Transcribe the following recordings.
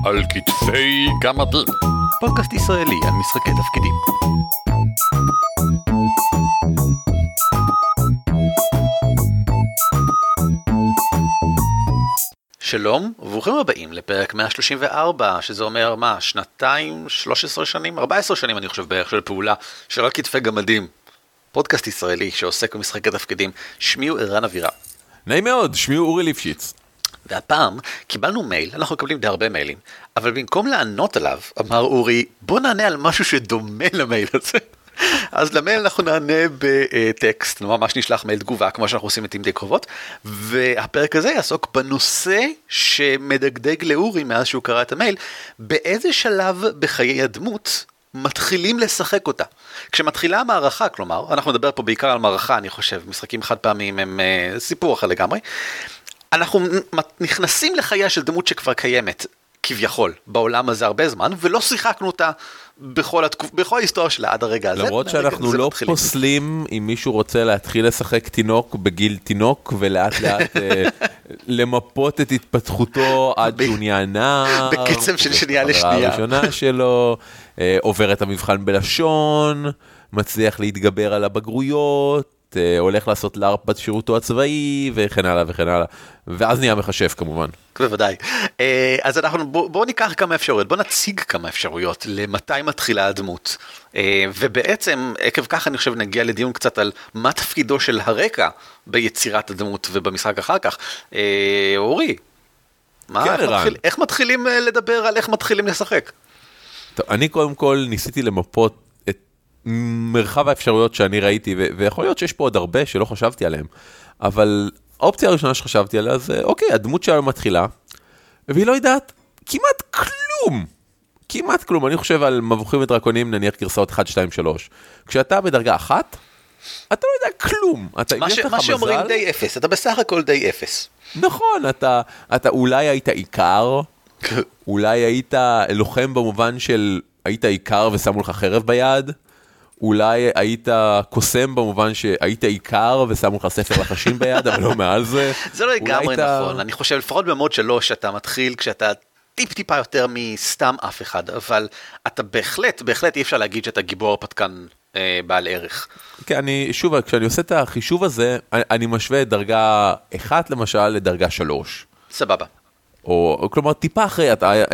על כתפי גמדים, פודקאסט ישראלי על משחקי תפקידים. שלום וברוכים הבאים לפרק 134, שזה אומר מה, שנתיים, 13 שנים, 14 שנים אני חושב בערך של פעולה של על כתפי גמדים. פודקאסט ישראלי שעוסק במשחקי תפקידים. שמי הוא ערן אבירם. נעים מאוד, שמי הוא אורי ליפשיץ. והפעם קיבלנו מייל, אנחנו מקבלים די הרבה מיילים, אבל במקום לענות עליו, אמר אורי, בוא נענה על משהו שדומה למייל הזה. אז למייל אנחנו נענה בטקסט, ממש נשלח מייל תגובה, כמו שאנחנו עושים לעתים די קרובות, והפרק הזה יעסוק בנושא שמדגדג לאורי מאז שהוא קרא את המייל, באיזה שלב בחיי הדמות מתחילים לשחק אותה. כשמתחילה המערכה, כלומר, אנחנו נדבר פה בעיקר על מערכה, אני חושב, משחקים חד פעמים הם סיפור אחר לגמרי, אנחנו נכנסים לחייה של דמות שכבר קיימת, כביכול, בעולם הזה הרבה זמן, ולא שיחקנו אותה בכל ההיסטוריה שלה עד הרגע הזה. למרות שאנחנו לא פוסלים אם מישהו רוצה להתחיל לשחק תינוק בגיל תינוק, ולאט לאט למפות את התפתחותו עד שהוא נהיה נער. בקצב של שנייה לשנייה. הראשונה שלו, עובר את המבחן בלשון, מצליח להתגבר על הבגרויות, הולך לעשות לארפ בשירותו הצבאי, וכן הלאה וכן הלאה. ואז נהיה מחשב כמובן. בוודאי. אז בואו ניקח כמה אפשרויות, בואו נציג כמה אפשרויות למתי מתחילה הדמות. ובעצם, עקב כך אני חושב נגיע לדיון קצת על מה תפקידו של הרקע ביצירת הדמות ובמשחק אחר כך. אורי, איך מתחילים לדבר על איך מתחילים לשחק? טוב, אני קודם כל ניסיתי למפות מרחב האפשרויות שאני ראיתי, ויכול להיות שיש פה עוד הרבה שלא חשבתי עליהם, אבל האופציה הראשונה שחשבתי עליה זה, אוקיי, הדמות שלנו מתחילה, והיא לא יודעת כמעט כלום. כמעט כלום. אני חושב על מבוכים ודרקונים, נניח גרסאות 1, 2, 3. כשאתה בדרגה 1, אתה לא יודע כלום. מה שאומרים די אפס, אתה בסך הכל די אפס. נכון, אתה אולי היית עיקר, אולי היית לוחם במובן של היית עיקר ושמו לך חרב ביד, אולי היית קוסם במובן שהיית עיקר ושמו לך ספר לחשים ביד, אבל לא מעל זה. זה לא לגמרי נכון, אני חושב לפחות במוד 3 שאתה מתחיל כשאתה טיפה יותר מסתם אף אחד, אבל אתה בהחלט אי אפשר להגיד שאתה גיבור פתקן בעל ערך. כן, כשאני עושה את החישוב הזה, אני משווה דרגה 1 למשל לדרגה 3. סבבה. או כלומר טיפה אחרי,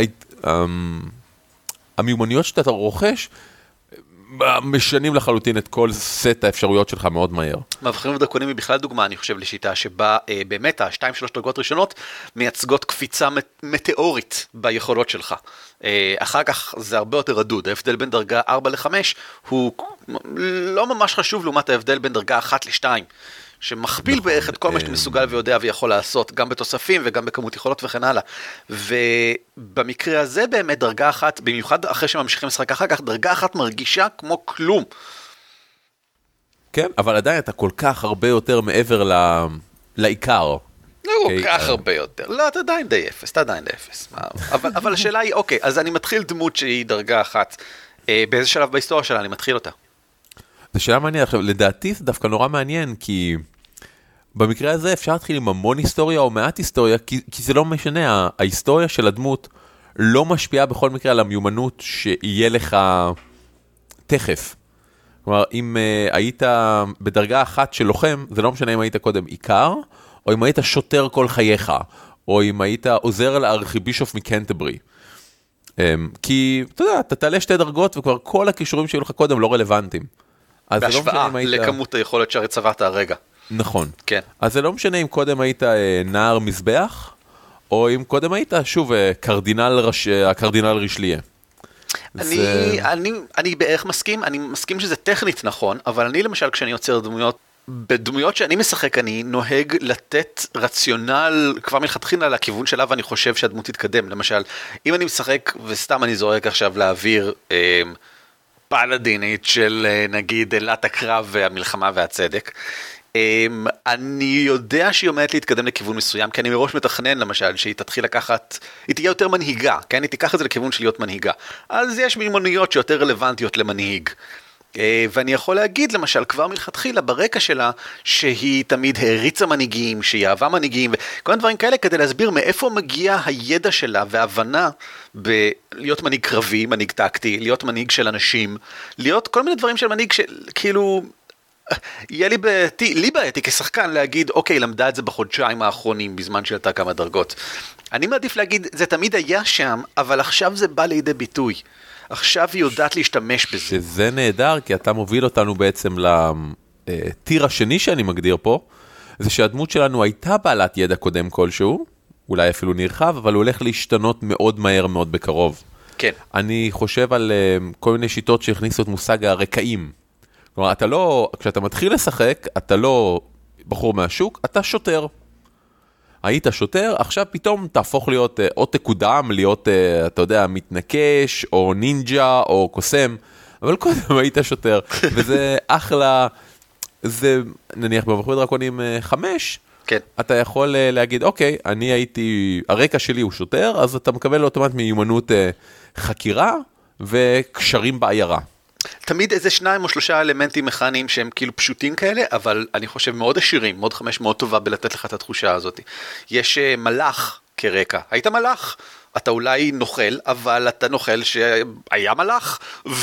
המיומנויות שאתה רוכש, משנים לחלוטין את כל סט האפשרויות שלך מאוד מהר. מבחנים ודרקונים היא בכלל דוגמה, אני חושב, לשיטה שבה באמת ה-2-3 דרגות ראשונות מייצגות קפיצה מטאורית ביכולות שלך. אחר כך זה הרבה יותר רדוד. ההבדל בין דרגה 4 ל-5 הוא לא ממש חשוב לעומת ההבדל בין דרגה 1 ל-2. שמכפיל בערך את כל מה שאתה מסוגל ויודע ויכול לעשות, גם בתוספים וגם בכמות יכולות וכן הלאה. ובמקרה הזה באמת דרגה 1, במיוחד אחרי שממשיכים לשחק אחר כך, דרגה 1 מרגישה כמו כלום. כן, אבל עדיין אתה כל כך הרבה יותר מעבר לעיקר. לא כל כך הרבה יותר. לא, אתה עדיין די אפס, אבל השאלה היא, אוקיי, אז אני מתחיל דמות שהיא דרגה 1, באיזה שלב בהיסטוריה שלה אני מתחיל אותה? זו שאלה מעניינת. עכשיו, לדעתי זה דווקא נורא מעניין, כי במקרה הזה אפשר להתחיל עם המון היסטוריה או מעט היסטוריה, כי זה לא משנה, ההיסטוריה של הדמות לא משפיעה בכל מקרה על המיומנות שיהיה לך תכף. כלומר, אם היית בדרגה 1 של לוחם, זה לא משנה אם היית קודם עיקר, או אם היית שוטר כל חייך, או אם היית עוזר לארכיבישוף מקנטברי. כי, אתה יודע, אתה תעלה 2 דרגות, וכבר כל הכישורים שהיו לך קודם לא רלוונטיים. בהשוואה לכמות היכולת שהרי צברת הרגע. נכון. כן. אז זה לא משנה אם קודם היית נער מזבח, או אם קודם היית, שוב, הקרדינל רישליה. אני בערך מסכים, אני מסכים שזה טכנית נכון, אבל אני למשל כשאני יוצר דמויות, בדמויות שאני משחק אני נוהג לתת רציונל כבר מלכתחילה לכיוון שלה, ואני חושב שהדמות תתקדם. למשל, אם אני משחק, וסתם אני זורק עכשיו להעביר פלדינית של נגיד אלת הקרב והמלחמה והצדק, אני יודע שהיא עומדת להתקדם לכיוון מסוים, כי אני מראש מתכנן למשל שהיא תתחיל לקחת, היא תהיה יותר מנהיגה, כן? היא תיקח את זה לכיוון של להיות מנהיגה. אז יש מיומנויות שיותר רלוונטיות למנהיג. ואני יכול להגיד למשל כבר מלכתחילה ברקע שלה שהיא תמיד העריצה מנהיגים, שהיא אהבה מנהיגים וכל מיני דברים כאלה כדי להסביר מאיפה מגיע הידע שלה וההבנה בלהיות מנהיג קרבי, מנהיג טקטי, להיות מנהיג של אנשים, להיות כל מיני דברים של מנהיג כאילו יהיה לי בעייתי כשחקן להגיד אוקיי למדה את זה בחודשיים האחרונים בזמן שעלתה כמה דרגות. אני מעדיף להגיד זה תמיד היה שם אבל עכשיו זה בא לידי ביטוי. עכשיו היא יודעת להשתמש בזה. שזה נהדר, כי אתה מוביל אותנו בעצם לטיר השני שאני מגדיר פה, זה שהדמות שלנו הייתה בעלת ידע קודם כלשהו, אולי אפילו נרחב, אבל הוא הולך להשתנות מאוד מהר מאוד בקרוב. כן. אני חושב על כל מיני שיטות שהכניסו את מושג הרקעים. כלומר, אתה לא, כשאתה מתחיל לשחק, אתה לא בחור מהשוק, אתה שוטר. היית שוטר, עכשיו פתאום תהפוך להיות, או תקודם, להיות, אתה יודע, מתנקש, או נינג'ה, או קוסם, אבל קודם היית שוטר, וזה אחלה, זה, נניח במלכות דרקונים 5, כן. אתה יכול להגיד, אוקיי, אני הייתי, הרקע שלי הוא שוטר, אז אתה מקבל אוטומט מיומנות חקירה, וקשרים בעיירה. תמיד איזה 2 או 3 אלמנטים מכניים שהם כאילו פשוטים כאלה, אבל אני חושב מאוד עשירים, מאוד 5 מאוד טובה בלתת לך את התחושה הזאת. יש מלאך כרקע, היית מלאך, אתה אולי נוכל, אבל אתה נוכל שהיה מלאך,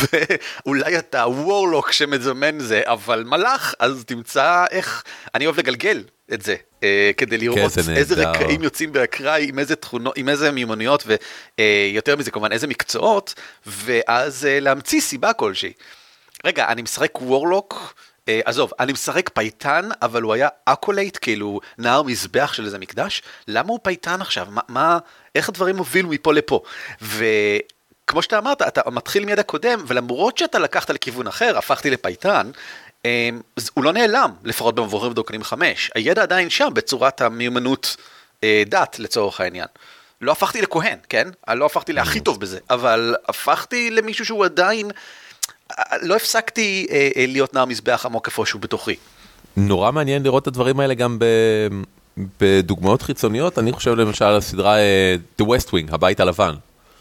ואולי אתה וורלוק שמזמן זה, אבל מלאך, אז תמצא איך, אני אוהב לגלגל את זה, כדי לראות איזה רקעים יוצאים באקראי, עם איזה תכונות, עם איזה מיומנויות, ויותר מזה כמובן איזה מקצועות, ואז להמציא סיבה כלשהי. רגע, אני משחק וורלוק, עזוב, אני משחק פייטן, אבל הוא היה אקולייט, כאילו נער מזבח של איזה מקדש, למה הוא פייטן עכשיו? איך הדברים הובילו מפה לפה? וכמו שאתה אמרת, אתה מתחיל מיד הקודם, ולמרות שאתה לקחת לכיוון אחר, הפכתי לפייטן, הוא לא נעלם, לפחות במבוכים ודרקונים 5. הידע עדיין שם בצורת המיומנות דת לצורך העניין. לא הפכתי לכהן, כן? לא הפכתי להכי טוב בזה, אבל הפכתי למישהו שהוא עדיין, לא הפסקתי להיות נער מזבח עמוק איפשהו בתוכי. נורא מעניין לראות את הדברים האלה גם בדוגמאות חיצוניות. אני חושב למשל על הסדרה The West Wing, הבית הלבן.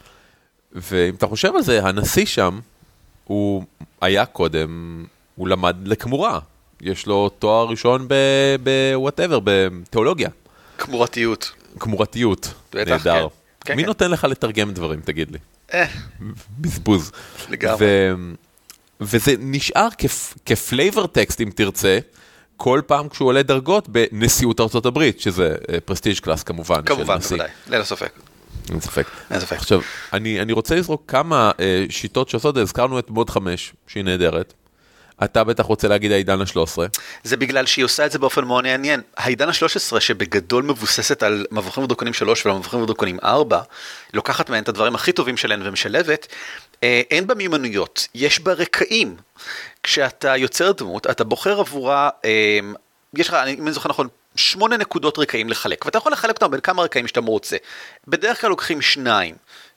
ואם אתה חושב על זה, הנשיא שם, הוא היה קודם, הוא למד לכמורה. יש לו תואר ראשון ב-whatever, בתיאולוגיה. כמורתיות. כמורתיות, נהדר. כן, מי כן. נותן לך לתרגם דברים, תגיד לי? בזבוז. לגמרי. וזה נשאר כפלייבר טקסט, אם תרצה, כל פעם כשהוא עולה דרגות בנשיאות ארצות הברית, שזה פרסטיג' קלאס כמובן. כמובן, בוודאי, ללא ספק. אין ספק. אין ספק. עכשיו, אני רוצה לזרוק כמה שיטות שעושות, הזכרנו את מוד 5, שהיא נהדרת. אתה בטח רוצה להגיד העידן ה-13. זה בגלל שהיא עושה את זה באופן מאוד מעניין. העידן ה-13 שבגדול מבוססת על מבוכים ודרקונים 3 ועל מבוכים ודרקונים 4, לוקחת מהן את הדברים הכי טובים שלהן ומשלבת, אין בה מיומנויות, יש בה רקעים. כשאתה יוצר דמות, אתה בוחר עבורה, יש לך, אני זוכר נכון, 8 נקודות רקעים לחלק, ואתה יכול לחלק אותם בין כמה רקעים שאתה רוצה. בדרך כלל לוקחים 2,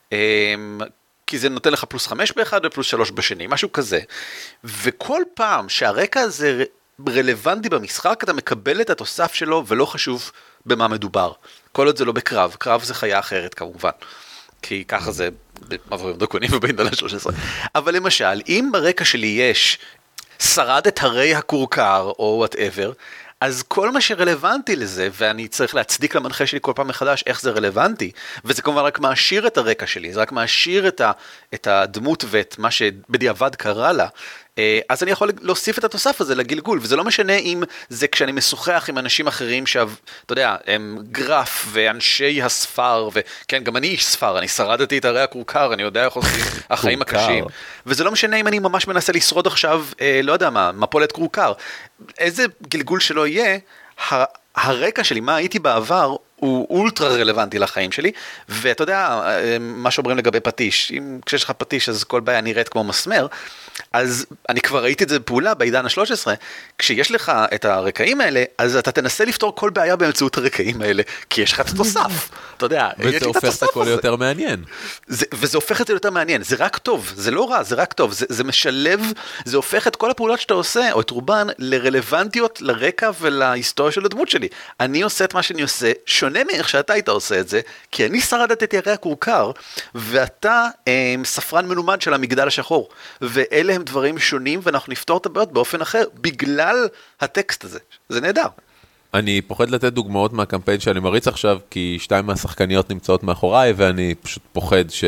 כי זה נותן לך +5 באחד ו+3 בשני, משהו כזה. וכל פעם שהרקע הזה רלוונטי במשחק, אתה מקבל את התוסף שלו, ולא חשוב במה מדובר. כל עוד זה לא בקרב, קרב זה חיה אחרת כמובן. כי ככה זה במבוכים ודרקונים ובעידן ה-13. אבל למשל, אם ברקע שלי יש שרד את הרי הכורכר, או whatever, אז כל מה שרלוונטי לזה, ואני צריך להצדיק למנחה שלי כל פעם מחדש איך זה רלוונטי, וזה כמובן רק מעשיר את הרקע שלי, זה רק מעשיר את הדמות ואת מה שבדיעבד קרה לה, אז אני יכול להוסיף את התוסף הזה לגלגול, וזה לא משנה אם זה כשאני משוחח עם אנשים אחרים שאתה יודע, הם גרף ואנשי הספר, וכן, גם אני איש ספר, אני שרדתי את הרי הכורכר, אני יודע איך עושים החיים הקשים, וזה לא משנה אם אני ממש מנסה לשרוד עכשיו, לא יודע מה, מפולת כורכר, איזה גלגול שלא יהיה, הרקע שלי, מה הייתי בעבר, הוא אולטרה רלוונטי לחיים שלי, ואתה יודע, מה שאומרים לגבי פטיש, אם כשיש לך פטיש אז כל בעיה נראית כמו מסמר, אז אני כבר ראיתי את זה בפעולה בעידן ה-13, כשיש לך את הרקעים האלה, אז אתה תנסה לפתור כל בעיה באמצעות הרקעים האלה, כי יש לך את התוסף, אתה יודע, וזה הופך את הכל יותר מעניין. וזה הופך את זה יותר מעניין, זה רק טוב, זה לא רע, זה רק טוב, זה משלב, זה הופך את כל הפעולות שאתה עושה, או את רובן, לרלוונטיות לרקע ולהיסטוריה של הדמות שלי. אני עושה את מה שאני עושה, שונה מאיך שאתה היית עושה את זה, כי אני שרדת את ירי הכורכר, ואתה ספרן מלומד של המגדל השחור, ואלה הם דברים שונים, ואנחנו נפתור את הבעיות באופן אחר, בגלל הטקסט הזה. זה נהדר. אני פוחד לתת דוגמאות מהקמפיין שאני מריץ עכשיו, כי 2 מהשחקניות נמצאות מאחוריי, ואני פשוט פוחד ש...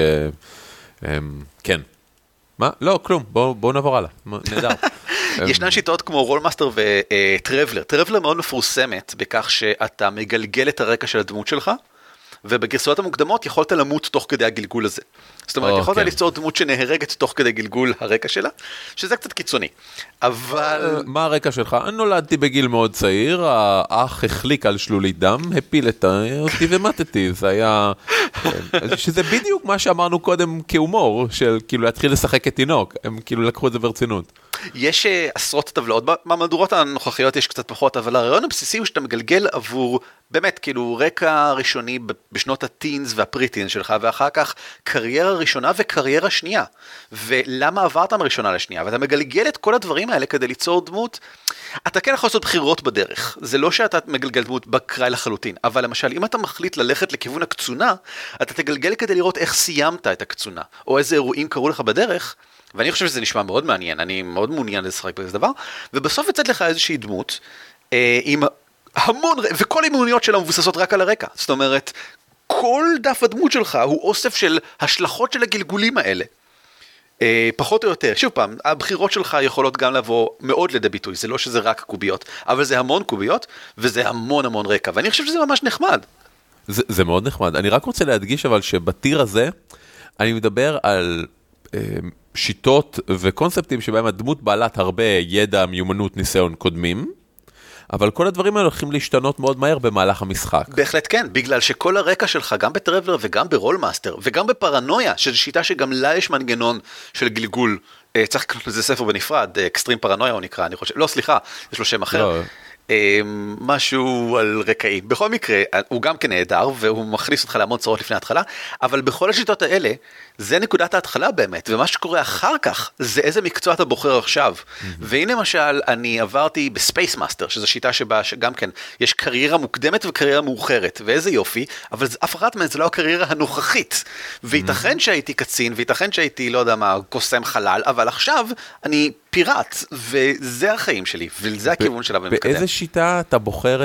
כן. מה? לא, כלום. בואו נעבור הלאה. נהדר. ישנן שיטות כמו רולמאסטר וטרבלר. טרבלר מאוד מפורסמת בכך שאתה מגלגל את הרקע של הדמות שלך, ובגרסאות המוקדמות יכולת למות תוך כדי הגלגול הזה. זאת אומרת, יכולת ליצור דמות שנהרגת תוך כדי גלגול הרקע שלה, שזה קצת קיצוני. אבל... מה הרקע שלך? אני נולדתי בגיל מאוד צעיר, האח החליק על שלולית דם, הפיל אותי ומתתי, זה היה... שזה בדיוק מה שאמרנו קודם כהומור, של כאילו להתחיל לשחק את תינוק, הם כאילו לקחו את זה ברצינות. יש עשרות טבלאות, במהדורות הנוכחיות יש קצת פחות, אבל הרעיון הבסיסי הוא שאתה מגלגל עבור, באמת, כאילו רקע ראשוני בשנות הטינס והפריטינס שלך, ואחר כך קריירה ראשונה וקריירה שנייה. ולמה עברת מראשונה לשנייה? ואתה מגלגל את כל הדברים האלה כדי ליצור דמות. אתה כן יכול לעשות בחירות בדרך. זה לא שאתה מגלגל דמות בקראי לחלוטין, אבל למשל, אם אתה מחליט ללכת לכיוון הקצונה, אתה תגלגל כדי לראות איך סיימת את הקצונה, או איזה אירועים קרו לך בדרך, ואני חושב שזה נשמע מאוד מעניין, אני מאוד מעוניין לשחק בזה דבר, ובסוף יצאת לך איזושהי דמות, עם המון, וכל האימוניות שלה מבוססות רק על הרקע, זאת אומרת, כל דף הדמות שלך הוא אוסף של השלכות של הגלגולים האלה, פחות או יותר, שוב פעם, הבחירות שלך יכולות גם לבוא מאוד לידי ביטוי, זה לא שזה רק קוביות, אבל זה המון קוביות, וזה המון המון רקע, ואני חושב שזה ממש נחמד. זה מאוד נחמד, אני רק רוצה להדגיש אבל שבטיר הזה, אני מדבר על... שיטות וקונספטים שבהם הדמות בעלת הרבה ידע, מיומנות, ניסיון קודמים, אבל כל הדברים האלה הולכים להשתנות מאוד מהר במהלך המשחק. בהחלט כן, בגלל שכל הרקע שלך, גם בטרבלר וגם ברולמאסטר, וגם בפרנויה, שזו שיטה שגם לה יש מנגנון של גלגול, צריך לקנות לזה ספר בנפרד, אקסטרים פרנויה הוא נקרא, אני חושב, לא סליחה, יש לו שם אחר. לא. משהו על רקעים. בכל מקרה, הוא גם כן נהדר, והוא מכניס אותך להמון צורות לפני ההתחלה, אבל בכל השיטות האלה, זה נקודת ההתחלה באמת, ומה שקורה אחר כך, זה איזה מקצוע אתה בוחר עכשיו. והנה למשל, אני עברתי בספייס מאסטר, שזו שיטה שבה גם כן, יש קריירה מוקדמת וקריירה מאוחרת, ואיזה יופי, אבל אף אחת מהן זה לא הקריירה הנוכחית. וייתכן שהייתי קצין, וייתכן שהייתי, לא יודע מה, קוסם חלל, אבל עכשיו אני פיראט, וזה החיים שלי, וזה הכיוון שלה ומתקדם. באיזה שיטה אתה בוחר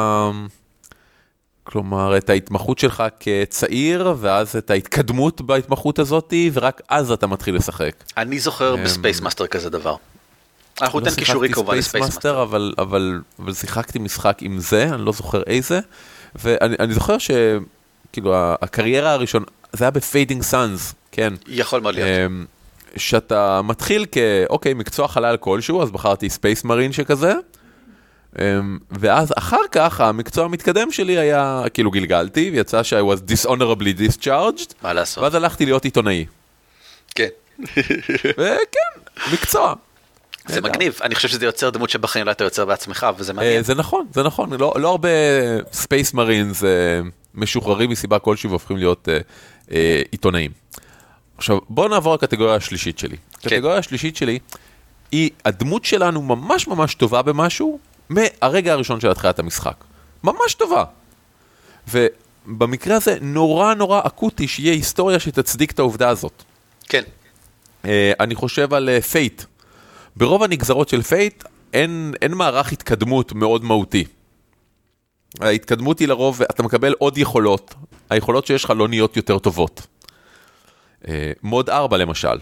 כלומר, את ההתמחות שלך כצעיר, ואז את ההתקדמות בהתמחות הזאת, ורק אז אתה מתחיל לשחק. אני זוכר בספייס מאסטר כזה דבר. אנחנו ניתן קישורי כמובן לספייס מאסטר. אבל שיחקתי משחק עם זה, אני לא זוכר איזה, ואני זוכר שכאילו הקריירה הראשונה, זה היה בפיידינג סאנס, כן. יכול מאוד להיות. שאתה מתחיל כאוקיי, מקצוע חלל כלשהו, אז בחרתי ספייס מרין שכזה, ואז אחר כך המקצוע המתקדם שלי היה, כאילו גלגלתי, ויצא ש- I was dishonorably discharged, מה לעשות? ואז הלכתי להיות עיתונאי. כן. וכן, מקצוע. זה מגניב, אני חושב שזה יוצר דמות שבחיים לא אתה יוצר בעצמך, וזה מעניין. זה נכון, לא הרבה ספייס מרינס משוחררים מסיבה כלשהי והופכים להיות עיתונאים. עכשיו, בואו נעבור לקטגוריה השלישית שלי. הקטגוריה השלישית שלי היא, הדמות שלנו ממש ממש טובה במשהו, מהרגע הראשון של התחילת המשחק. ממש טובה. ובמקרה הזה נורא נורא אקוטי שיהיה היסטוריה שתצדיק את העובדה הזאת. כן. אני חושב על פייט. ברוב הנגזרות של פייט אין מערך התקדמות מאוד מהותי. ההתקדמות היא לרוב, אתה מקבל עוד יכולות. היכולות שיש לך לא נהיות יותר טובות. מוד 4 למשל.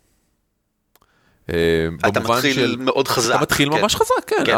אתה מתחיל מאוד חזק. אתה מתחיל ממש חזק, כן.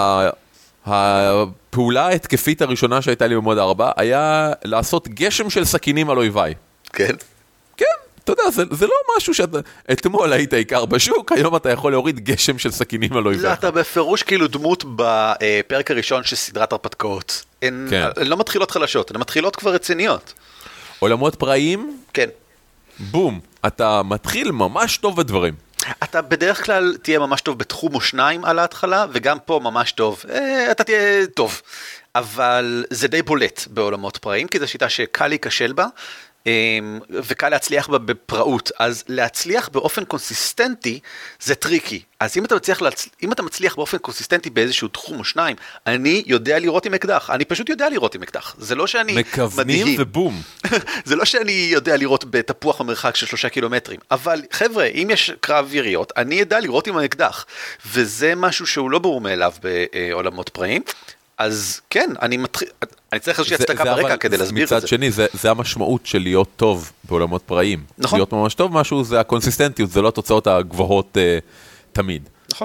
הפעולה ההתקפית הראשונה שהייתה לי במוד 4 היה לעשות גשם של סכינים על אויביי. כן. כן, אתה יודע, זה לא משהו שאתה, אתמול היית עיקר בשוק, היום אתה יכול להוריד גשם של סכינים על אויביי. אתה בפירוש כאילו דמות בפרק הראשון של סדרת הרפתקאות. הן לא מתחילות חלשות, הן מתחילות כבר רציניות. עולמות פראיים? כן. בום, אתה מתחיל ממש טוב בדברים. אתה בדרך כלל תהיה ממש טוב בתחום או שניים על ההתחלה, וגם פה ממש טוב. אתה תהיה טוב. אבל זה די בולט בעולמות פראיים, כי זו שיטה שקל להיכשל בה, וקל להצליח בה בפראות, אז להצליח באופן קונסיסטנטי זה טריקי. אז אם אתה מצליח באופן קונסיסטנטי באיזשהו תחום או שניים, אני יודע לראות עם אקדח, אני פשוט יודע לראות עם אקדח, זה לא שאני מכוונים ובום. זה לא שאני יודע לראות בתפוח במרחק של 3 קילומטרים, אבל חבר'ה, אם יש קרב יריות, אני יודע לראות עם האקדח, וזה משהו שהוא לא ברור מאליו בעולמות פראיים. אז כן, אני צריך איזושהי הצדקה ברקע כדי להסביר את זה. מצד שני, זה המשמעות של להיות טוב בעולמות פראיים. נכון. להיות ממש טוב משהו, זה הקונסיסטנטיות, זה לא התוצאות הגבוהות תמיד. נכון.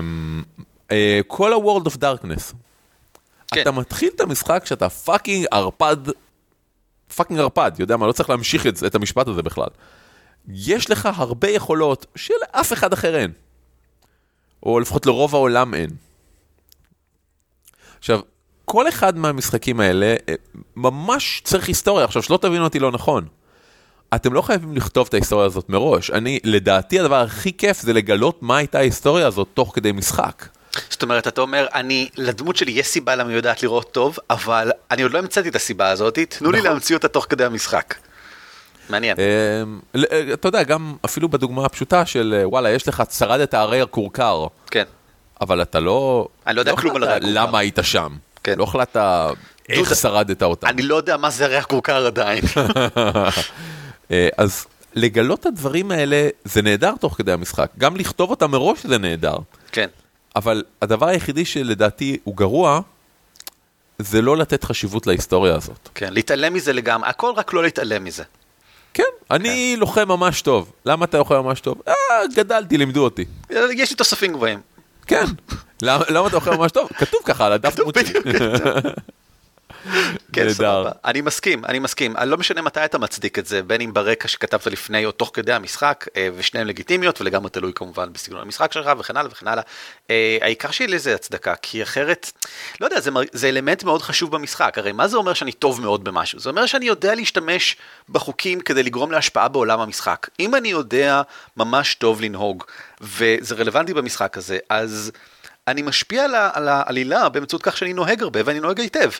כל ה-World of Darkness. כן. אתה מתחיל את המשחק שאתה פאקינג ערפד, יודע מה, לא צריך להמשיך את המשפט הזה בכלל. יש לך הרבה יכולות שלאף אחד אחר אין. או לפחות לרוב העולם אין. עכשיו, כל אחד מהמשחקים האלה ממש צריך היסטוריה. עכשיו, שלא תבינו אותי לא נכון. אתם לא חייבים לכתוב את ההיסטוריה הזאת מראש. לדעתי, הדבר הכי כיף זה לגלות מה הייתה ההיסטוריה הזאת תוך כדי משחק. זאת אומרת, אתה אומר, לדמות שלי יש סיבה למה היא יודעת לראות טוב, אבל אני עוד לא המצאתי את הסיבה הזאת, תנו לי להמציא אותה תוך כדי המשחק. מעניין. אתה יודע, גם אפילו בדוגמה הפשוטה של, וואלה, יש לך שרדת הרי הכורכר. כן. אבל אתה לא... אני לא יודע כלום על הרי הכורכר. למה היית שם? כן. לא החלטת איך שרדת אותה. אני לא יודע מה זה הרי הכורכר עדיין. אז לגלות את הדברים האלה זה נהדר תוך כדי המשחק. גם לכתוב אותם מראש זה נהדר. כן. אבל הדבר היחידי שלדעתי הוא גרוע, זה לא לתת חשיבות להיסטוריה הזאת. כן, להתעלם מזה לגמרי. הכל רק לא להתעלם מזה. כן, אני לוחם ממש טוב. למה אתה לוחם ממש טוב? גדלתי, לימדו אותי. יש לי תוספים גבוהים. כן. למה אתה לוחם ממש טוב? כתוב ככה על הדף דמות שלי. כן, סבבה. אני מסכים. לא משנה מתי אתה מצדיק את זה, בין אם ברקע שכתבת לפני או תוך כדי המשחק, ושניהם לגיטימיות, ולגמרי תלוי כמובן בסגנון המשחק שלך, וכן הלאה וכן הלאה. העיקר שלי לזה הצדקה, כי אחרת, לא יודע, זה אלמנט מאוד חשוב במשחק. הרי מה זה אומר שאני טוב מאוד במשהו? זה אומר שאני יודע להשתמש בחוקים כדי לגרום להשפעה בעולם המשחק. אם אני יודע ממש טוב לנהוג, וזה רלוונטי במשחק הזה, אז אני משפיע על העלילה באמצעות כך שאני נוהג הרבה, ואני נוהג היטב.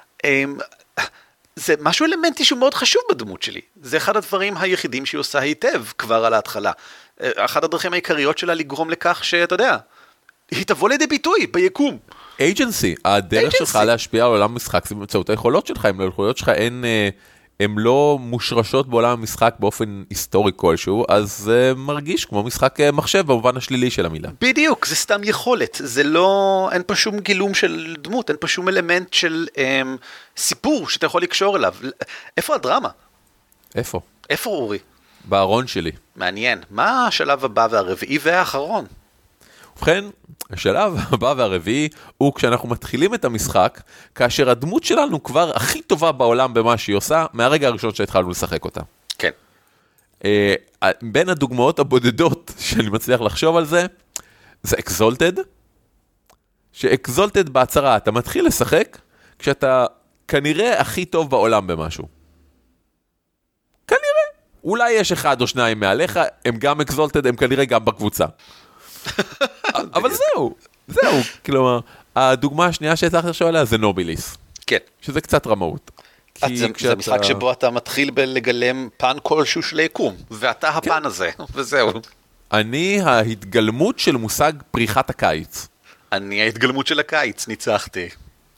זה משהו אלמנטי שהוא מאוד חשוב בדמות שלי. זה אחד הדברים היחידים שהיא עושה היטב כבר על ההתחלה. אחת הדרכים העיקריות שלה לגרום לכך שאתה יודע, היא תבוא לידי ביטוי ביקום. אייג'נסי, הדרך שלך להשפיע על עולם המשחק זה באמצעות היכולות שלך, אם היכולות שלך הן לא מושרשות בעולם המשחק באופן היסטורי כלשהו, אז זה מרגיש כמו משחק מחשב במובן השלילי של המילה. בדיוק, זה סתם יכולת, זה לא, אין פה שום גילום של דמות, אין פה שום אלמנט של סיפור שאתה יכול לקשור אליו. איפה הדרמה? איפה? איפה אורי? בארון שלי. מעניין, מה השלב הבא והרביעי והאחרון? ובכן, השלב הבא והרביעי הוא כשאנחנו מתחילים את המשחק, כאשר הדמות שלנו כבר הכי טובה בעולם במה שהיא עושה, מהרגע הראשון שהתחלנו לשחק אותה. כן. בין הדוגמאות הבודדות שאני מצליח לחשוב על זה, זה אקזולטד, שאקזולטד בהצהרה, אתה מתחיל לשחק כשאתה כנראה הכי טוב בעולם במשהו. כנראה. אולי יש אחד או שניים מעליך, הם גם אקזולטד, הם כנראה גם בקבוצה. אבל זהו, כלומר, הדוגמה השנייה שהצלחתי לחשוב עליה זה נוביליס. כן. שזה קצת רמאות. זה משחק שבו אתה מתחיל בלגלם פן כלשהו של היקום, ואתה הפן הזה, וזהו. אני ההתגלמות של מושג פריחת הקיץ. אני ההתגלמות של הקיץ, ניצחתי.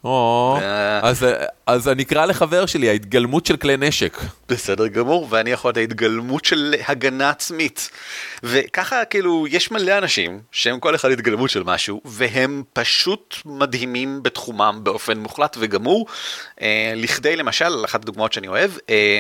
אז אני אקרא לחבר שלי, ההתגלמות של כלי נשק. בסדר גמור, ואני יכול להיות ההתגלמות של הגנה עצמית. וככה כאילו, יש מלא אנשים שהם כל אחד התגלמות של משהו, והם פשוט מדהימים בתחומם באופן מוחלט וגמור. לכדי למשל, אחת הדוגמאות שאני אוהב,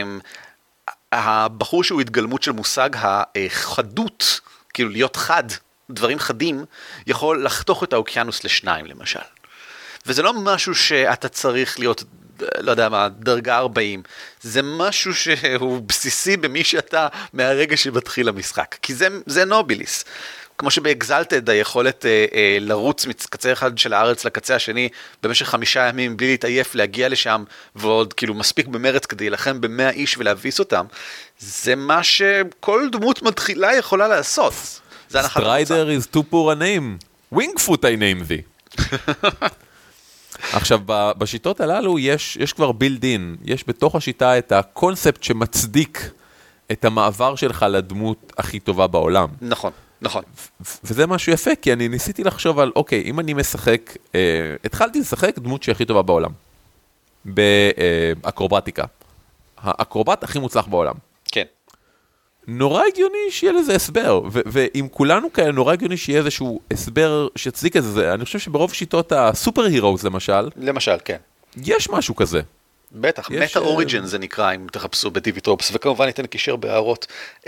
הבחור שהוא התגלמות של מושג החדות, כאילו להיות חד, דברים חדים, יכול לחתוך את האוקיינוס לשניים למשל. וזה לא משהו שאתה צריך להיות, לא יודע מה, דרגה 40. זה משהו שהוא בסיסי במי שאתה מהרגע שמתחיל המשחק. כי זה נוביליס. כמו שבאקזלטד היכולת לרוץ מקצה אחד של הארץ לקצה השני במשך 5 ימים בלי להתעייף, להגיע לשם ועוד כאילו מספיק במרץ כדי להילחם ב100 איש ולהביס אותם. זה מה שכל דמות מתחילה יכולה לעשות. Strider is too poor a name. Wingfoot I name thee. עכשיו, בשיטות הללו יש כבר build in, יש בתוך השיטה את הקונספט שמצדיק את המעבר שלך לדמות הכי טובה בעולם. נכון, נכון. וזה משהו יפה, כי אני ניסיתי לחשוב על, אוקיי, אם אני משחק, התחלתי לשחק דמות שהיא הכי טובה בעולם, באקרובטיקה. האקרובט הכי מוצלח בעולם. כן. נורא הגיוני שיהיה לזה הסבר, ואם כולנו כאלה, נורא הגיוני שיהיה איזשהו הסבר שצדיק את זה. אני חושב שברוב שיטות הסופר הירוס, למשל, כן. יש משהו כזה. בטח, מטה אוריג'ן זה נקרא, אם תחפשו בטיווי טרופס, וכמובן ניתן קישר בהערות.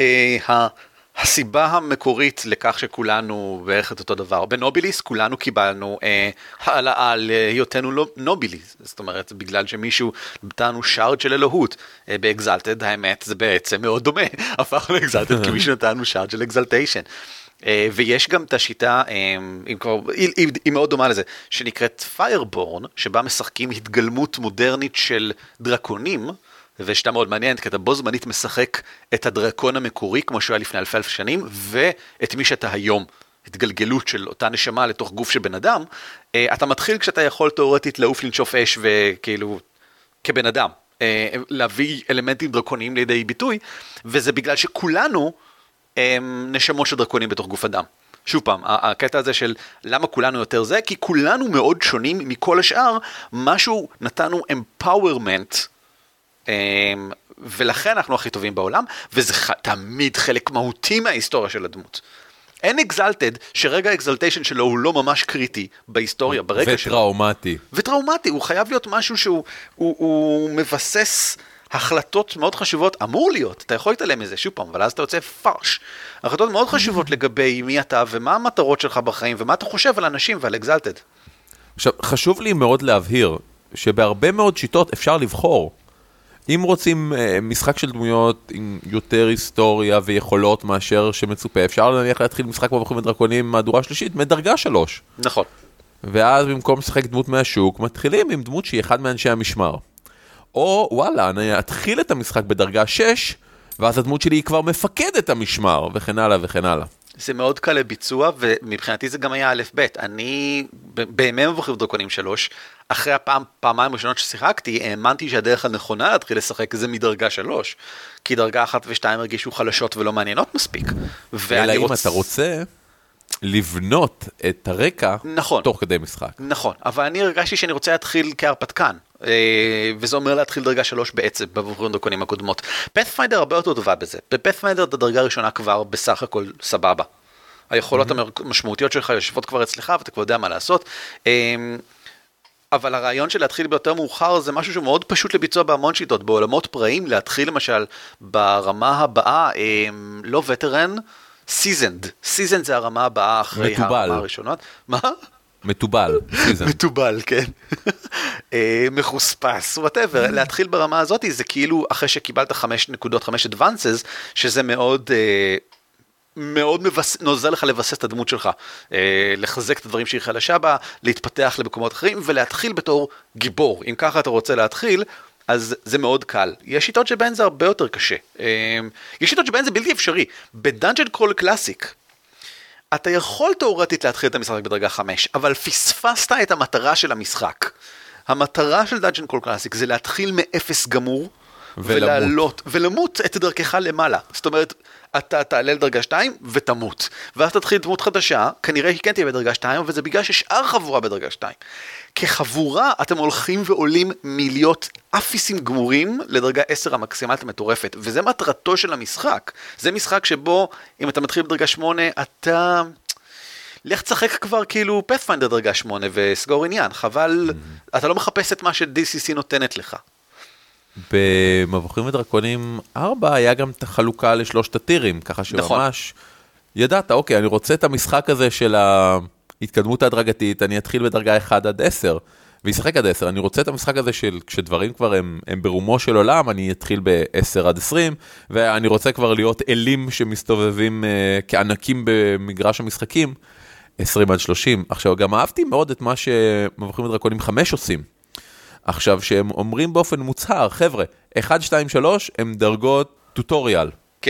הסיבה המקורית לכך שכולנו בערך את אותו דבר, בנוביליס כולנו קיבלנו העלאה על היותנו נוביליס, זאת אומרת, בגלל שמישהו נתנו שארד של אלוהות, באקזלטד, האמת זה בעצם מאוד דומה, הפך לאקזלטד כי מישהו נתנו שארד של אקזלטיישן. ויש גם את השיטה, היא מאוד דומה לזה, שנקראת Fireborn, שבה משחקים התגלמות מודרנית של דרקונים, ושיטה מאוד מעניינת, כי אתה בו זמנית משחק את הדרקון המקורי, כמו שהוא היה לפני אלפי שנים, ואת מי שאתה היום, התגלגלות של אותה נשמה לתוך גוף של בן אדם, אתה מתחיל כשאתה יכול תיאורטית לעוף לנשוף אש, וכאילו, כבן אדם, להביא אלמנטים דרקוניים לידי ביטוי, וזה בגלל שכולנו נשמות של דרקונים בתוך גוף אדם. שוב פעם, הקטע הזה של למה כולנו יותר זה, כי כולנו מאוד שונים מכל השאר, משהו נתנו empowerment, ולכן אנחנו הכי טובים בעולם, וזה תמיד חלק מהותי מההיסטוריה של הדמות. אין אקזלטד, שרגע האקזלטיישן שלו הוא לא ממש קריטי בהיסטוריה, ברגע שלו. וטראומטי. וטראומטי, הוא חייב להיות משהו שהוא מבסס החלטות מאוד חשובות, אמור להיות, אתה יכול להתעלם מזה, שוב פעם, אבל אז אתה יוצא פרש. החלטות מאוד חשובות לגבי מי אתה, ומה המטרות שלך בחיים, ומה אתה חושב על אנשים ועל אקזלטד. עכשיו, חשוב לי מאוד להבהיר, שבהרבה מאוד שיטות אפשר לבחור. אם רוצים משחק של דמויות עם יותר היסטוריה ויכולות מאשר שמצופה, אפשר להניח להתחיל משחק מבוכים ודרקונים מהדורה שלישית, מדרגה 3. נכון. ואז במקום לשחק דמות מהשוק, מתחילים עם דמות שהיא אחד מאנשי המשמר. או וואלה, אני אתחיל את המשחק בדרגה 6, ואז הדמות שלי היא כבר מפקדת המשמר, וכן הלאה וכן הלאה. זה מאוד קל לביצוע, ומבחינתי זה גם היה א' ב'. אני, בימי מבוכים ודרקונים 3, אחרי פעמיים ראשונות ששיחקתי, האמנתי שהדרך הנכונה להתחיל לשחק זה מדרגה 3, כי דרגה 1 ו-2 הרגישו חלשות ולא מעניינות מספיק. אלא אם אתה רוצה לבנות את הרקע נכון, תוך כדי משחק. נכון, אבל אני הרגשתי שאני רוצה להתחיל כהרפתקן, וזה אומר להתחיל דרגה 3 בעצם, במבוכים ודרקונים הקודמות. פאת'פיינדר הרבה יותר טובה בזה. בפאת'פיינדר את הדרגה הראשונה כבר בסך הכל סבבה. היכולות המשמעותיות שלך יושבות כבר אצלך, ואתה כבר יודע מה לעשות. אבל הרעיון של להתחיל ביותר מאוחר זה משהו שהוא מאוד פשוט לביצוע בהמון שיטות. בעולמות פראים, להתחיל למשל ברמה הבאה, לא וטרן, סיזנד. סיזנד זה הרמה הבאה אחרי הרמה הראשונות. מה? מטובל, סיזנד. מטובל, כן. מחוספס, whatever. להתחיל ברמה הזאת זה כאילו אחרי שקיבלת 5 נקודות, 5 advances, שזה מאוד נוזר לך לבסס את הדמות שלך, לחזק את הדברים שהיא חלשה בה, להתפתח למקומות אחרים, ולהתחיל בתור גיבור. אם ככה אתה רוצה להתחיל, אז זה מאוד קל. יש שיטות שבהן זה הרבה יותר קשה. יש שיטות שבהן זה בלתי אפשרי. בדאנג'ן קרול קלאסיק, אתה יכול תיאורטית להתחיל את המשחק בדרגה 5, אבל פספסת את המטרה של המשחק. המטרה של דאנג'ן קרול קלאסיק זה להתחיל מאפס גמור, ולעלות, ולמות את דרכך למעלה. זאת אומרת, אתה תעלה לדרגה 2 ותמות. ואז תתחיל דמות חדשה, כנראה היא כן תהיה בדרגה 2, וזה בגלל ששאר חבורה בדרגה 2. כחבורה אתם הולכים ועולים מלהיות אפיסים גמורים לדרגה 10 המקסימלית המטורפת. וזה מטרתו של המשחק. זה משחק שבו, אם אתה מתחיל בדרגה 8, אתה לך תשחק כבר כאילו פאת'פיינדר דרגה 8 וסגור עניין. חבל, אתה לא מחפש את מה ש-DCC נותנת לך. במבוכים ודרקונים 4 היה גם את החלוקה לשלושת הטירים, ככה שממש ידעת, אוקיי, אני רוצה את המשחק הזה של ההתקדמות ההדרגתית, אני אתחיל בדרגה 1 עד 10, וישחק עד 10, אני רוצה את המשחק הזה של כשדברים כבר הם ברומו של עולם, אני אתחיל ב-10 עד 20, ואני רוצה כבר להיות אלים שמסתובבים כענקים במגרש המשחקים, 20 עד 30. עכשיו, גם אהבתי מאוד את מה שמבוכים ודרקונים 5 עושים. עכשיו, שהם אומרים באופן מוצהר, חבר'ה, 1, 2, 3 הם דרגות טוטוריאל. כן.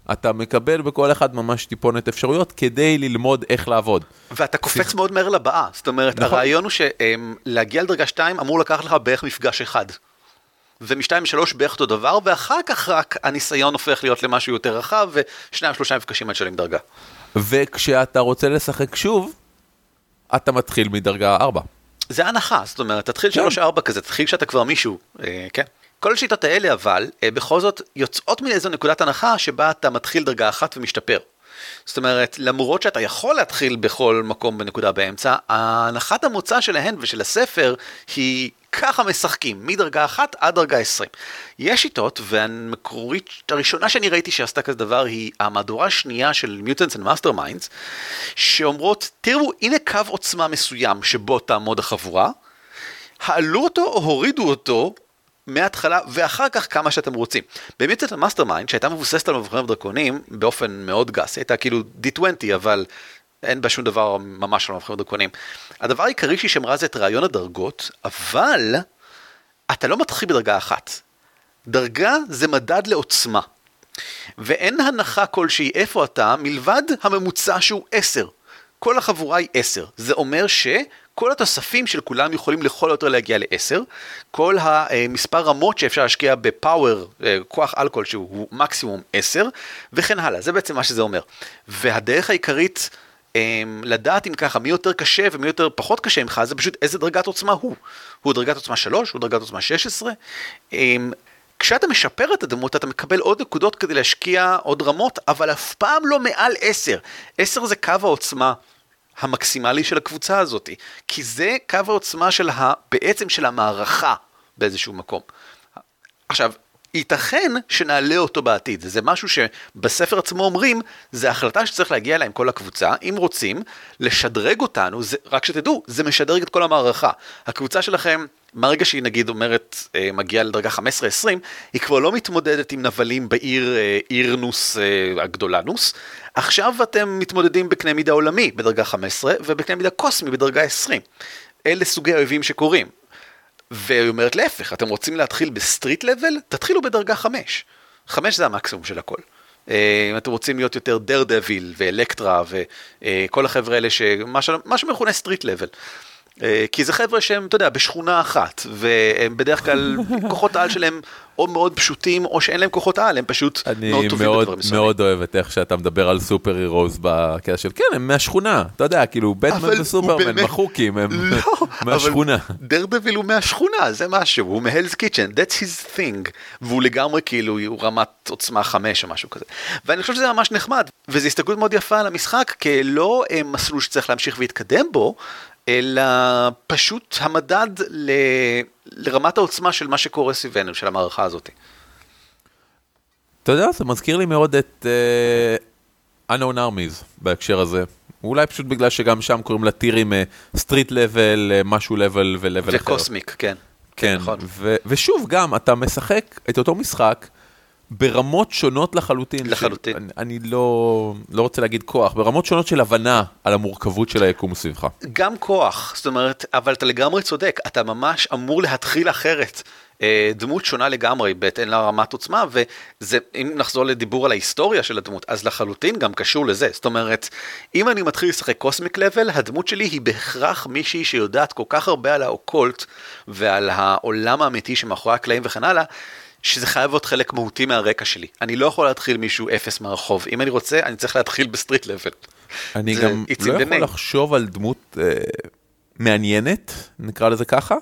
אתה מקבל בכל אחד ממש טיפונת אפשרויות כדי ללמוד איך לעבוד. ואתה קופץ מאוד מהר לבאה, זאת אומרת, הרעיון הוא שלהגיע לדרגה 2 אמור לקחת לך בערך מפגש אחד. ומשתיים ושלוש בערך אותו דבר, ואחר כך רק הניסיון הופך להיות למשהו יותר רחב, ושניים שלושה מפגשים עד שלם דרגה. וכשאתה רוצה לשחק שוב, אתה מתחיל מדרגה 4. זה הנחה, זאת אומרת, תתחיל 3-4 כזה, תתחיל כשאתה כבר מישהו, כן. כל השיטות האלה אבל, בכל זאת, יוצאות מאיזו נקודת הנחה שבה אתה מתחיל דרגה 1 ומשתפר. זאת אומרת, למרות שאתה יכול להתחיל בכל מקום בנקודה באמצע, הנחת המוצא שלהן ושל הספר היא ככה משחקים, מדרגה 1 עד דרגה 20. יש שיטות, והמקורית הראשונה שאני ראיתי שעשתה כזה דבר היא המהדורה השנייה של Mutants and Masterminds, שאומרות, תראו, הנה קו עוצמה מסוים שבו תעמוד החבורה, העלו אותו או הורידו אותו מההתחלה, ואחר כך כמה שאתם רוצים. באמת את המאסטרמיינד, שהייתה מבוססת על מבחנים ודרקונים, באופן מאוד גס, הייתה כאילו D20, אבל אין בה שום דבר ממש על מבחנים ודרקונים. הדבר העיקרי שהיא שמרה זה את רעיון הדרגות, אבל אתה לא מתחיל בדרגה 1. דרגה זה מדד לעוצמה. ואין הנחה כלשהי איפה אתה, מלבד הממוצע שהוא 10. כל החבורה היא 10. זה אומר כל התוספים של כולם יכולים לכל יותר להגיע ל10, כל המספר רמות שאפשר להשקיע בפאוור, כוח אלכוהול שהוא מקסימום 10, וכן הלאה, זה בעצם מה שזה אומר. והדרך העיקרית לדעת אם ככה, מי יותר קשה ומי יותר פחות קשה ממך, זה פשוט איזה דרגת עוצמה הוא. הוא דרגת עוצמה 3, הוא דרגת עוצמה 16. כשאתה משפר את הדמות, אתה מקבל עוד נקודות כדי להשקיע עוד רמות, אבל אף פעם לא מעל 10. 10 זה קו העוצמה המקסימלי של הקבוצה הזאת, כי זה קו העוצמה של בעצם של המערכה באיזשהו מקום. עכשיו, ייתכן שנעלה אותו בעתיד, זה משהו שבספר עצמו אומרים, זה החלטה שצריך להגיע אליה עם כל הקבוצה, אם רוצים לשדרג אותנו, רק שתדעו, זה משדרג את כל המערכה. הקבוצה שלכם, מהרגע שהיא נגיד אומרת, מגיעה לדרגה 15-20, היא כבר לא מתמודדת עם נבלים בעיר אירנוס הגדולה נוס, עכשיו אתם מתמודדים בקנה מידה עולמי בדרגה 15, ובקנה מידה קוסמי בדרגה 20. אלה סוגי האויבים שקורים. והיא אומרת להפך, אתם רוצים להתחיל בסטריט לבל? תתחילו בדרגה 5. 5 זה המקסימום של הכל. אם אתם רוצים להיות יותר דר דביל ואלקטרה וכל החבר'ה האלה מה שמכונה סטריט לבל. כי זה חבר'ה שהם, אתה יודע, בשכונה אחת, והם בדרך כלל כוחות העל שלהם או מאוד פשוטים, או שאין להם כוחות העל, הם פשוט מאוד טובים בדברים מסוימים. אני מאוד אוהב את איך שאתה מדבר על סופר הירוס בקטע של, כן, הם מהשכונה, אתה יודע, כאילו, בטמן וסופרמן, מחוקים, הם מהשכונה. דרדביל הוא מהשכונה, זה משהו, הוא מהלס קיצ'ן, that's his thing, והוא לגמרי כאילו, הוא רמת עוצמה 5 או משהו כזה. ואני חושב שזה ממש נחמד, וזו הסתכלות מאוד יפה על המשחק, כלא מסלול שצריך להמשיך ולהתקדם בו, אלא פשוט המדד לרמת העוצמה של מה שקורה סביבנו, של המערכה הזאת. אתה יודע, זה מזכיר לי מאוד את Unknown Armies בהקשר הזה. אולי פשוט בגלל שגם שם קוראים לטירים סטריט לבל, משהו לבל ולבל אחר. וקוסמיק, כן. כן, ושוב גם, אתה משחק את אותו משחק, ברמות שונות לחלוטין. לחלוטין. אני לא רוצה להגיד כוח, ברמות שונות של הבנה על המורכבות של היקום סביבך. גם כוח, זאת אומרת, אבל אתה לגמרי צודק, אתה ממש אמור להתחיל אחרת. דמות שונה לגמרי, בהתאם לרמת עוצמה, ואם נחזור לדיבור על ההיסטוריה של הדמות, אז לחלוטין גם קשור לזה. זאת אומרת, אם אני מתחיל לשחק קוסמיק לבל, הדמות שלי היא בהכרח מישהי שיודעת כל כך הרבה על האוקולט, ועל העולם האמיתי שמאחורי הקלעים וכן הלאה, שזה חייב להיות חלק מהותי מהרקע שלי. אני לא יכול להתחיל מישהו אפס מהרחוב. אם אני רוצה, אני צריך להתחיל בסטריט לבל. אני גם לא יכול לחשוב על דמות מעניינת, נקרא לזה ככה,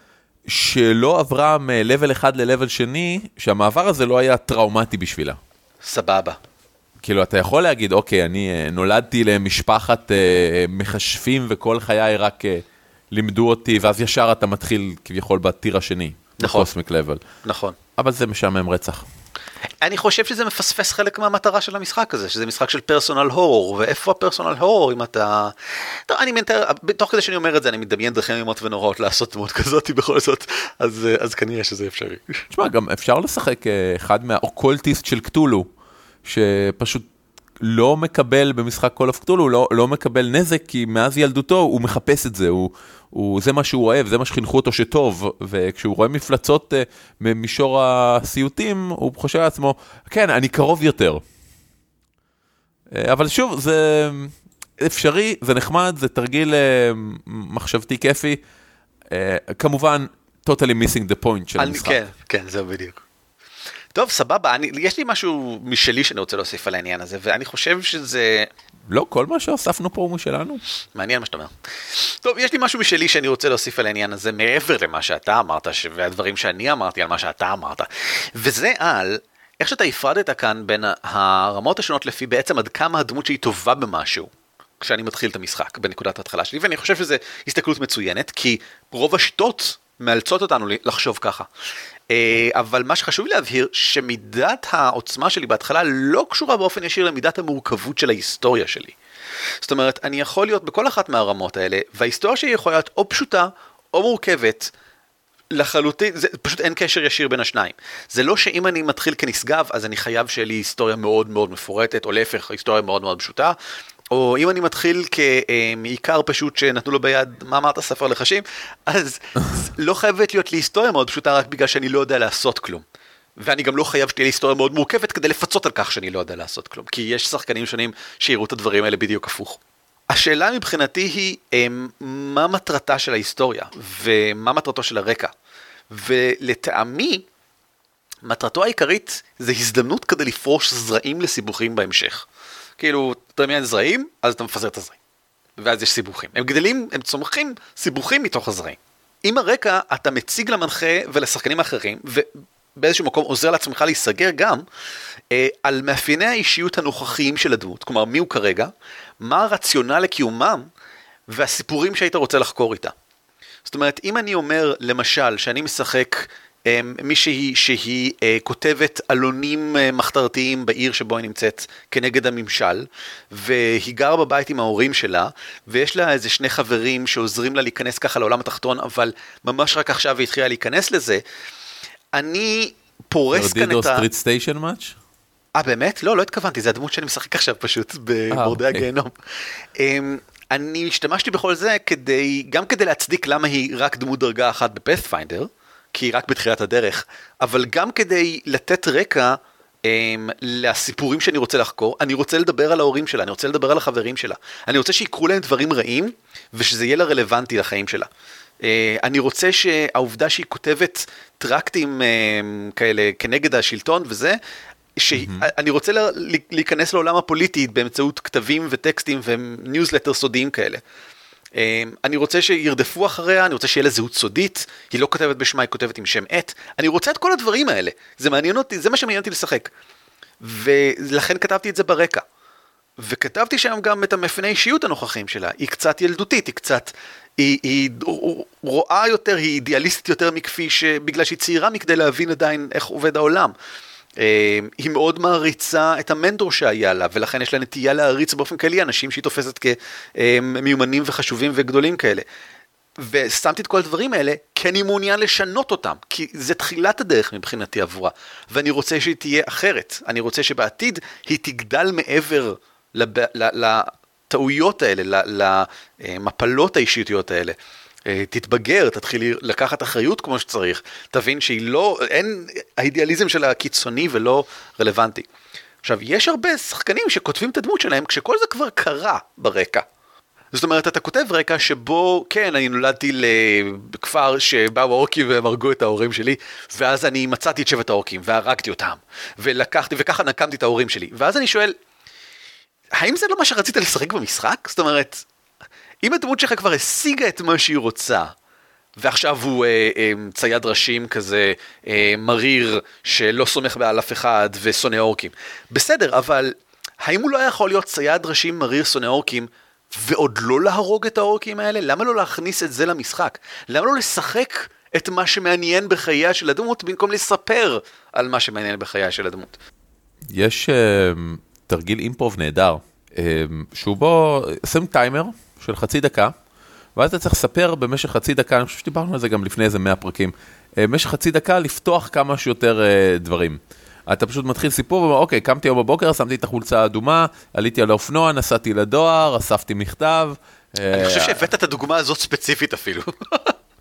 שלא עברה מלבל אחד ללבל שני, שהמעבר הזה לא היה טראומטי בשבילה. סבבה. כאילו, אתה יכול להגיד, אוקיי, אני נולדתי למשפחת מחשבים, וכל חיי רק לימדו אותי, ואז ישר אתה מתחיל כביכול בטיר השני. נכון. בקוסמיק לבל. נכון. אבל זה משעמם רצח. אני חושב שזה מפספס חלק מהמטרה של המשחק הזה, שזה משחק של פרסונל הורור, ואיפה הפרסונל הורור אם אתה... טוב, אני מתאר, תוך כדי שאני אומר את זה, אני מדמיין דרכים אימות ונוראות לעשות דמות כזאת בכל זאת, אז כנראה שזה אפשרי. תשמע, גם אפשר לשחק אחד מהאוקולטיסט של קטולו, שפשוט לא מקבל במשחק Call of Cthulhu, לא מקבל נזק, כי מאז ילדותו הוא מחפש את זה, זה מה שהוא אוהב, זה מה שחינכו אותו שטוב, וכשהוא רואה מפלצות ממישור הסיוטים, הוא חושב לעצמו, כן, אני קרוב יותר. אבל שוב, זה אפשרי, זה נחמד, זה תרגיל מחשבתי כיפי, כמובן, totally missing the point של המשחק. כן, כן, זהו בדיוק. טוב, סבבה, יש לי משהו משלי שאני רוצה להוסיף על העניין הזה, ואני חושב שזה... לא, כל מה שהוספנו פה הוא משלנו. מעניין מה שאתה אומר. טוב, יש לי משהו משלי שאני רוצה להוסיף על העניין הזה, מעבר למה שאתה אמרת, והדברים שאני אמרתי על מה שאתה אמרת. וזה על איך שאתה הפרדת כאן בין הרמות השונות לפי בעצם עד כמה הדמות שהיא טובה במשהו, כשאני מתחיל את המשחק בנקודת ההתחלה שלי, ואני חושב שזו הסתכלות מצוינת, כי רוב השיטות מאלצות אותנו לחשוב ככה. אבל מה שחשוב לי להבהיר, שמידת העוצמה שלי בהתחלה לא קשורה באופן ישיר למידת המורכבות של ההיסטוריה שלי. זאת אומרת, אני יכול להיות בכל אחת מהרמות האלה, וההיסטוריה שלי יכולה להיות או פשוטה, או מורכבת, לחלוטין, זה פשוט אין קשר ישיר בין השניים. זה לא שאם אני מתחיל כנשגב, אז אני חייב שיהיה לי היסטוריה מאוד מאוד מפורטת, או להפך, היסטוריה מאוד מאוד פשוטה, או אם אני מתחיל כמעיקר פשוט שנתנו לו ביד, מה אמרת, ספר לחשים, אז לא חייבת להיות לי היסטוריה מאוד פשוטה רק בגלל שאני לא יודע לעשות כלום. ואני גם לא חייב שתהיה לי היסטוריה מאוד מורכבת כדי לפצות על כך שאני לא יודע לעשות כלום, כי יש שחקנים שונים שיראו את הדברים האלה בדיוק הפוך. השאלה מבחינתי היא, מה מטרתה של ההיסטוריה, ומה מטרתו של הרקע. ולטעמי, מטרתו העיקרית זה הזדמנות כדי לפרוש זרעים לסיבוכים בהמשך. כאילו, אתה מעניין זרעים, אז אתה מפזר את הזרעים. ואז יש סיבוכים. הם גדלים, הם צומחים סיבוכים מתוך הזרעים. עם הרקע, אתה מציג למנחה ולשחקנים האחרים, ובאיזשהו מקום עוזר לעצמך להיסגר גם, על מאפייני האישיות הנוכחיים של הדמות. כלומר, מי הוא כרגע, מה הרציונל לקיומם, והסיפורים שהיית רוצה לחקור איתה. זאת אומרת, אם אני אומר, למשל, שאני משחק מישהי שהיא כותבת אלונים מחתרתיים בעיר שבו היא נמצאת כנגד הממשל, והיא גרה בבית עם ההורים שלה, ויש לה איזה שני חברים שעוזרים לה להיכנס ככה לעולם התחתון, אבל ממש רק עכשיו היא התחילה להיכנס לזה, אני פורס כאן את ה... סטריט סטיישן מאץ'? באמת? לא התכוונתי, זה הדמות שאני משחק עכשיו פשוט במורדי הגיהנום. אני השתמשתי בכל זה גם כדי להצדיק למה היא רק דמות דרגה אחת בפאת'פיינדר, כי היא רק בתחילת הדרך, אבל גם כדי לתת רקע לסיפורים שאני רוצה לחקור, אני רוצה לדבר על ההורים שלה, אני רוצה לדבר על החברים שלה, אני רוצה שיקרו להם דברים רעים, ושזה יהיה לה רלוונטי לחיים שלה. אני רוצה שהעובדה שהיא כותבת טרקטים כאלה כנגד השלטון וזה, שאני רוצה להיכנס לעולם הפוליטי באמצעות כתבים וטקסטים וניוזלטר סודיים כאלה. אני רוצה שירדפו אחריה, אני רוצה שיהיה לה זהות סודית, היא לא כותבת בשמה, היא כותבת עם שם עט, אני רוצה את כל הדברים האלה, זה מעניין אותי, זה מה שמעניין אותי לשחק, ולכן כתבתי את זה ברקע, וכתבתי שם גם את המאפייני האישיות הנוכחים שלה, היא קצת ילדותית, היא רואה יותר, היא אידיאליסטית יותר מכפי שבגלל שהיא צעירה מכדי להבין עדיין איך עובד העולם, היא מאוד מעריצה את המנטור שהיה לה, ולכן יש לה נטייה להעריץ באופן כללי אנשים שהיא תופסת כמיומנים וחשובים וגדולים כאלה. ושמתי את כל הדברים האלה, כי אני מעוניין לשנות אותם, כי זה תחילת הדרך מבחינתי עבורה, ואני רוצה שהיא תהיה אחרת, אני רוצה שבעתיד היא תגדל מעבר לטעויות האלה, למפלות האישיותיות האלה. תתבגר, תתחיל לקחת אחריות כמו שצריך, תבין שהיא לא, אין, האידיאליזם שלה קיצוני ולא רלוונטי. עכשיו, יש הרבה שחקנים שכותבים את הדמות שלהם כשכל זה כבר קרה ברקע. זאת אומרת, אתה כותב רקע שבו, כן, אני נולדתי לכפר שבאו האורקים והם הרגו את ההורים שלי, ואז אני מצאתי את שבט האורקים והרגתי אותם, ולקחתי, וככה נקמתי את ההורים שלי. ואז אני שואל, האם זה לא מה שרצית לשחק במשחק? זאת אומרת, אם הדמות שלך כבר השיגה את מה שהיא רוצה, ועכשיו הוא צייד ראשים כזה מריר שלא סומך על אף אחד ושונא אורקים, בסדר, אבל האם הוא לא יכול להיות צייד ראשים מריר שונא אורקים ועוד לא להרוג את האורקים האלה? למה לא להכניס את זה למשחק? למה לא לשחק את מה שמעניין בחייה של הדמות במקום לספר על מה שמעניין בחייה של הדמות? יש תרגיל אימפרוב נהדר, שהוא בו שם טיימר של חצי דקה, ואז אתה צריך לספר במשך חצי דקה, אני חושב שדיברנו על זה גם לפני איזה 100 פרקים, במשך חצי דקה לפתוח כמה שיותר דברים. אתה פשוט מתחיל סיפור ואומר, אוקיי, קמתי היום בבוקר, שמתי את החולצה האדומה, עליתי על האופנוע, נסעתי לדואר, אספתי מכתב. אני חושב שהבאת את הדוגמה הזאת ספציפית אפילו.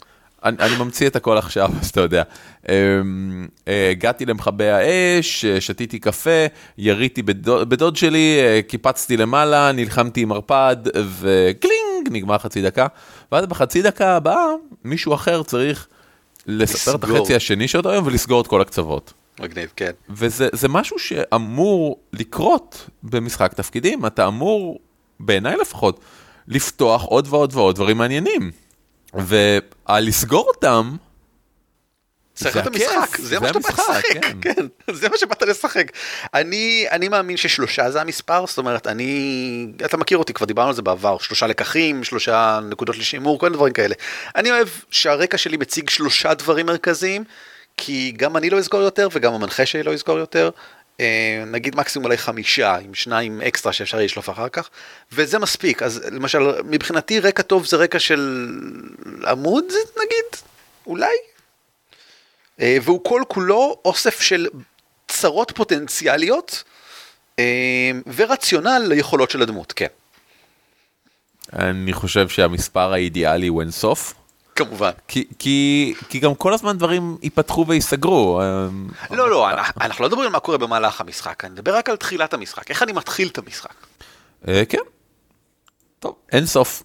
אני ממציא את הכל עכשיו, אז אתה יודע. הגעתי למכבי האש, שתיתי קפה, יריתי בדוד שלי, קיפצתי למעלה, נלחמתי עם מרפד, וקלינג, נגמר חצי דקה. ואז בחצי דקה הבאה, מישהו אחר צריך לספר את החצי השני של אותו היום, ולסגור את כל הקצוות. מגניב, כן. וזה משהו שאמור לקרות במשחק תפקידים, אתה אמור, בעיניי לפחות, לפתוח עוד ועוד ועוד דברים מעניינים. ולסגור אותם, זה המשחק, זה מה שאתה בא לשחק, כן, זה מה שבאת לשחק. אני מאמין ש3 זה המספר, זאת אומרת, אתה מכיר אותי, כבר דיברנו על זה בעבר, 3 לקחים, 3 נקודות לשימור, כל מיני דברים כאלה. אני אוהב שהרקע שלי מציג 3 דברים מרכזיים, כי גם אני לא אזכור יותר, וגם המנחה שלי לא יזכור יותר, נגיד מקסימום אולי 5, עם 2 אקסטרה שאפשר לשלוף אחר כך, וזה מספיק. אז למשל, מבחינתי רקע טוב זה רקע של עמוד, נגיד, אולי, והוא כל כולו אוסף של צרות פוטנציאליות, ורציונל ליכולות של הדמות, כן. אני חושב שהמספר האידיאלי הוא אינסוף. כמובן. כי גם כל הזמן דברים ייפתחו ויסגרו. לא, אנחנו לא מדברים על מה קורה במהלך המשחק, אני מדבר רק על תחילת המשחק, איך אני מתחיל את המשחק. כן. טוב, אין סוף.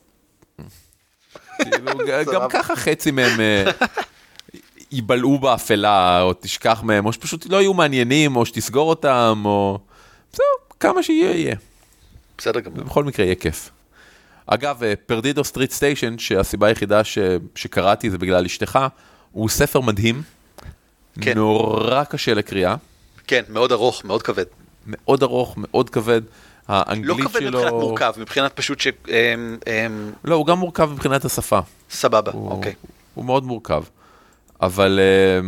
גם ככה חצי מהם ייבלעו באפלה, או תשכח מהם, או שפשוט לא יהיו מעניינים, או שתסגור אותם, או... זהו, כמה שיהיה. בסדר גמור. בכל מקרה יהיה כיף. אגב, פרדידו סטריט סטיישן, שהסיבה היחידה שקראתי זה בגלל אשתך, הוא ספר מדהים, כן. נורא קשה לקריאה. כן, מאוד ארוך, מאוד כבד. מאוד ארוך, מאוד כבד. האנגלית לא כבד שלו... מבחינת מורכב, מבחינת פשוט ש... לא, הוא גם מורכב מבחינת השפה. סבבה, אוקיי. הוא מאוד מורכב. אבל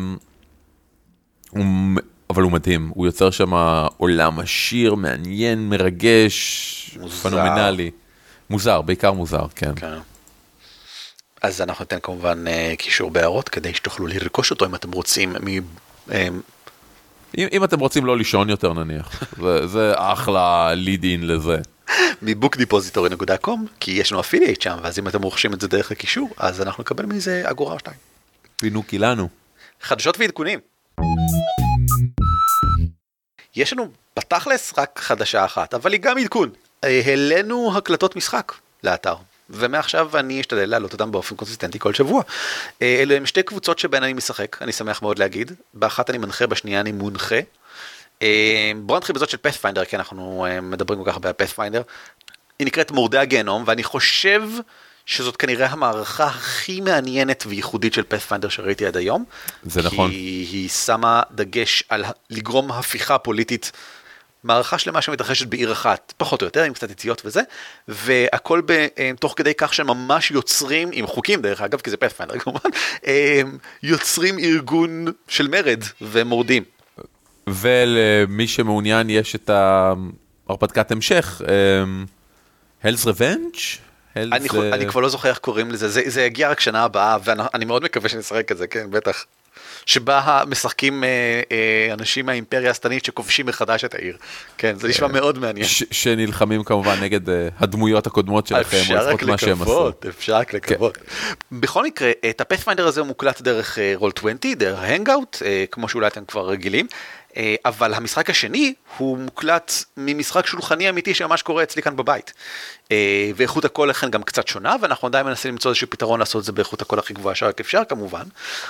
הוא מדהים. הוא יוצר שם עולם עשיר, מעניין, מרגש, פנומנלי. מוזר, בעיקר מוזר, כן. אז אנחנו ניתן כמובן קישור בהערות, כדי שתוכלו לרכוש אותו אם אתם רוצים אם אתם רוצים לא לישון יותר נניח, זה אחלה ליד-אין לזה. מ-bookdepository.com, כי יש לנו אפילייט שם, ואז אם אתם רוכשים את זה דרך הקישור, אז אנחנו נקבל מזה אגורה או 2. פינוקי לנו. חדשות ועדכונים. יש לנו בתכלס רק חדשה אחת, אבל היא גם עדכון. העלינו הקלטות משחק לאתר, ומעכשיו אני אשתדל להעלות אותם באופן קונסיסטנטי כל שבוע. אלה הם 2 קבוצות שבהן אני משחק, אני שמח מאוד להגיד. באחת אני מנחה, בשנייה אני מונחה. בואו נתחיל בזאת של פאת'פיינדר, כי אנחנו מדברים כל כך הרבה על פאת'פיינדר. היא נקראת מורדי הגיהנום, ואני חושב שזאת כנראה המערכה הכי מעניינת וייחודית של פאת'פיינדר שראיתי עד היום. זה נכון. כי היא שמה דגש על לגרום הפיכה פוליטית, מערכה שלמה שמתרחשת בעיר אחת, פחות או יותר, עם קצת יציאות וזה, והכל תוך כדי כך שממש יוצרים, עם חוקים דרך אגב, כי זה פאת'פיינדר כמובן, יוצרים ארגון של מרד ומורדים. ולמי שמעוניין יש את הרפתקת המשך, Hell's Revenge? אני כבר לא זוכר איך קוראים לזה, זה יגיע רק שנה הבאה, ואני מאוד מקווה שנשחק את זה, כן, בטח. שבה משחקים אנשים מהאימפריה השטנית שכובשים מחדש את העיר. כן, זה נשמע מאוד מעניין. שנלחמים כמובן נגד הדמויות הקודמות שלכם, או לפחות מה שהם עשו. אפשר רק לקוות. בכל מקרה, את הפאת'פיינדר הזה הוא מוקלט דרך Roll20, דרך Hangout, כמו שאולי אתם כבר רגילים, אבל המשחק השני הוא מוקלט ממשחק שולחני אמיתי שממש קורה אצלי כאן בבית. ואיכות הקול לכן גם קצת שונה, ואנחנו עדיין מנסים למצוא איזשהו פתרון לעשות את זה באיכות הקול הכי גבוהה שרק אפשר כמובן.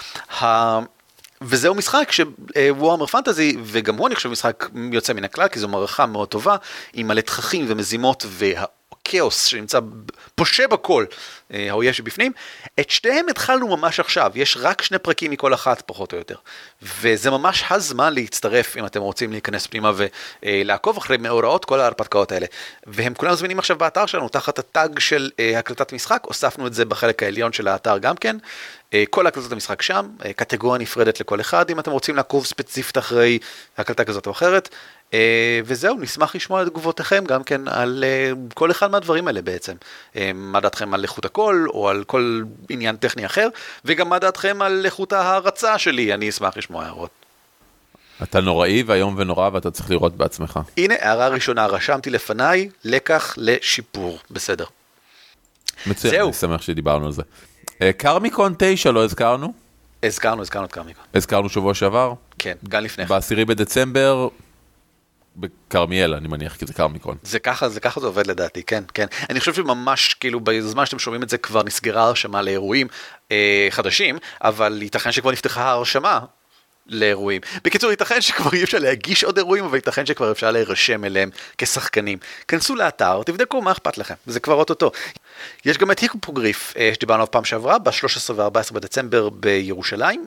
וזהו משחק שוואמר פנטזי, וגם הוא אני חושב משחק יוצא מן הכלל, כי זו מערכה מאוד טובה, עם מלא תככים ומזימות והכאוס שנמצא פושה בכל האויב שבפנים. את שתיהם התחלנו ממש עכשיו, יש רק 2 פרקים מכל אחת פחות או יותר, וזה ממש הזמן להצטרף אם אתם רוצים להיכנס פנימה ולעקוב אחרי מאורעות כל ההרפתקאות האלה, והם כולם זמינים עכשיו באתר שלנו, תחת הטאג של הקלטת משחק, הוספנו את זה בחלק העליון של האתר גם כן, כל הקלטות המשחק שם, קטגוריה נפרדת לכל אחד, אם אתם רוצים לעקוב ספציפית אחרי הקלטה כזאת או אחרת, וזהו, נשמח לשמוע את תגובותיכם גם כן על כל אחד מהדברים האלה בעצם. מה דעתכם על איכות הקול, או על כל עניין טכני אחר, וגם מה דעתכם על איכות ההרצה שלי, אני אשמח לשמוע הערות. אתה נוראי והיום ונורא, ואתה צריך לראות בעצמך. הנה, הערה ראשונה, רשמתי לפניי, לקח לשיפור, בסדר. מצוין, אני שמח שדיברנו על זה. קרמיקון 9 לא הזכרנו? הזכרנו את קרמיקון. הזכרנו שבוע שעבר? כן, גם לפני כן. ב10 בדצמבר, בקרמיאל, אני מניח, כי זה קרמיקון. זה ככה זה עובד לדעתי, כן, כן. אני חושב שממש, כאילו, בזמן שאתם שומעים את זה, כבר נסגרה הרשמה לאירועים חדשים, אבל ייתכן שכבר נפתחה ההרשמה לאירועים. בקיצור, ייתכן שכבר אי אפשר להגיש עוד אירועים, אבל ייתכן שכבר אפשר להירשם אליהם כשחקנים. כנסו לאתר, תבדקו מה אכפת לכם, זה כבר אותו. יש גם את היפוגריף, שדיברנו פעם שעברה, ב-13 ו-14 בדצמבר בירושלים.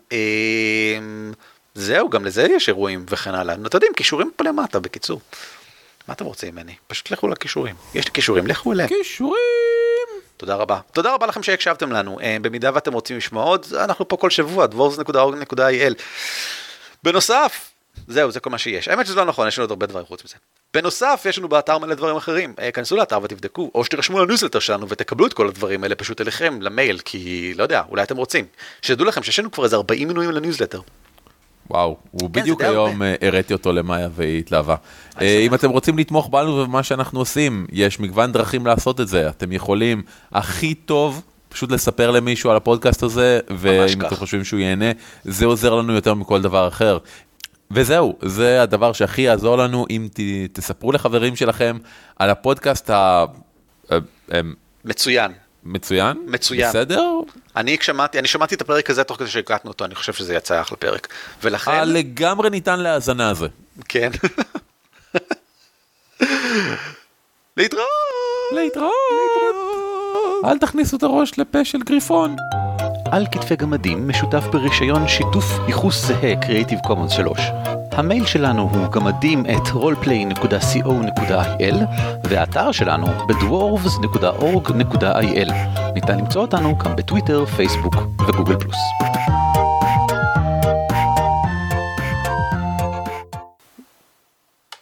זהו, גם לזה יש אירועים וכן הלאה. אתם יודעים, קישורים פה למטה, בקיצור. מה אתם רוצים ממני? פשוט לכו לקישורים. יש לי קישורים, לכו אליהם. קישורים! תודה רבה. תודה רבה לכם שהקשבתם לנו. במידה ואתם רוצים לשמוע עוד, אנחנו פה כל שבוע, dwarves.org.il. בנוסף, זהו, זה כל מה שיש. האמת שזה לא נכון, יש לנו עוד הרבה דברים חוץ מזה. בנוסף, יש לנו באתר מלא דברים אחרים. כנסו לאתר ותבדקו, או שתרשמו לניוזלטר שלנו ותקבלו את כל הדברים האלה פשוט אליכם, למייל, כי לא יודע, אולי אתם רוצים. שתדעו לכם שיש לנו כבר איזה 40 מנויים לניוזלטר. וואו, הוא בדיוק היום הראיתי אותו למאיה והיא התלהבה. אם אתם רוצים לתמוך בנו ובמה שאנחנו עושים, יש מגוון דרכים לעשות את זה. אתם יכולים הכי טוב פשוט לספר למישהו על הפודקאסט הזה, ואם אתם חושבים שהוא ייהנה, זה עוזר לנו יותר מכל דבר אחר. וזהו, זה הדבר שהכי יעזור לנו, אם תספרו לחברים שלכם על הפודקאסט מצוין. מצוין? מצוין. בסדר? אני שמעתי את הפרק הזה תוך כדי שהקלטנו אותו, אני חושב שזה יצא אחלה פרק. ולכן... לגמרי ניתן להאזנה הזה. כן. להתראות! להתראות! אל תכניסו את הראש לפה של גריפון. על כתפי גמדים משותף ברישיון שיתוף ייחוס זהה Creative Commons 3. המייל שלנו הוא gamadim@roleplay.co.il והאתר שלנו ב-dwarves.org.il. ניתן למצוא אותנו גם בטוויטר, פייסבוק וגוגל פלוס.